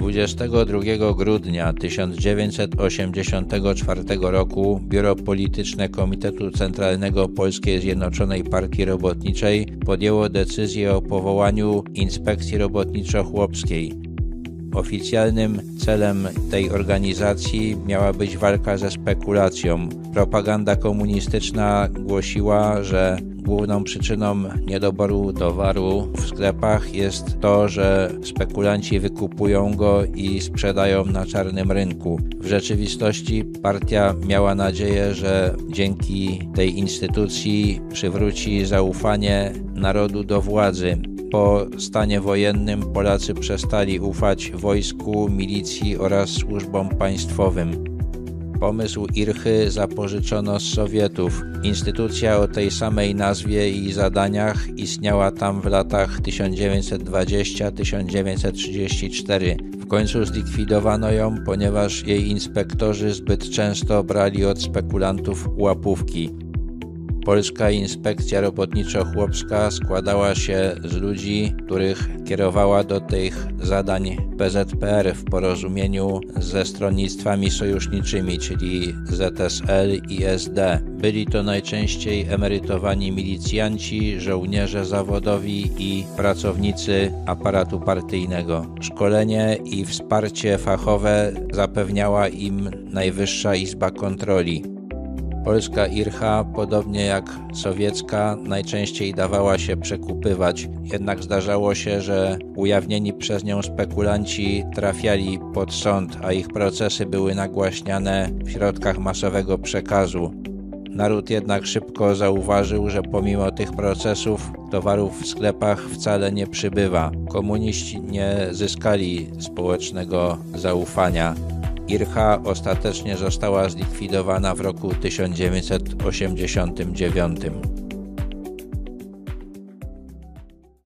22 grudnia 1984 roku Biuro Polityczne Komitetu Centralnego Polskiej Zjednoczonej Partii Robotniczej podjęło decyzję o powołaniu Inspekcji Robotniczo-Chłopskiej. Oficjalnym celem tej organizacji miała być walka ze spekulacją. Propaganda komunistyczna głosiła, że główną przyczyną niedoboru towaru w sklepach jest to, że spekulanci wykupują go i sprzedają na czarnym rynku. W rzeczywistości partia miała nadzieję, że dzięki tej instytucji przywróci zaufanie narodu do władzy. Po stanie wojennym Polacy przestali ufać wojsku, milicji oraz służbom państwowym. Pomysł IRCHY zapożyczono z Sowietów. Instytucja o tej samej nazwie i zadaniach istniała tam w latach 1920-1934. W końcu zlikwidowano ją, ponieważ jej inspektorzy zbyt często brali od spekulantów łapówki. Polska Inspekcja Robotniczo-Chłopska składała się z ludzi, których kierowała do tych zadań PZPR w porozumieniu ze stronnictwami sojuszniczymi, czyli ZSL i SD. Byli to najczęściej emerytowani milicjanci, żołnierze zawodowi i pracownicy aparatu partyjnego. Szkolenie i wsparcie fachowe zapewniała im Najwyższa Izba Kontroli. Polska IRCHA, podobnie jak sowiecka, najczęściej dawała się przekupywać, jednak zdarzało się, że ujawnieni przez nią spekulanci trafiali pod sąd, a ich procesy były nagłaśniane w środkach masowego przekazu. Naród jednak szybko zauważył, że pomimo tych procesów towarów w sklepach wcale nie przybywa. Komuniści nie zyskali społecznego zaufania. IRCHA ostatecznie została zlikwidowana w roku 1989.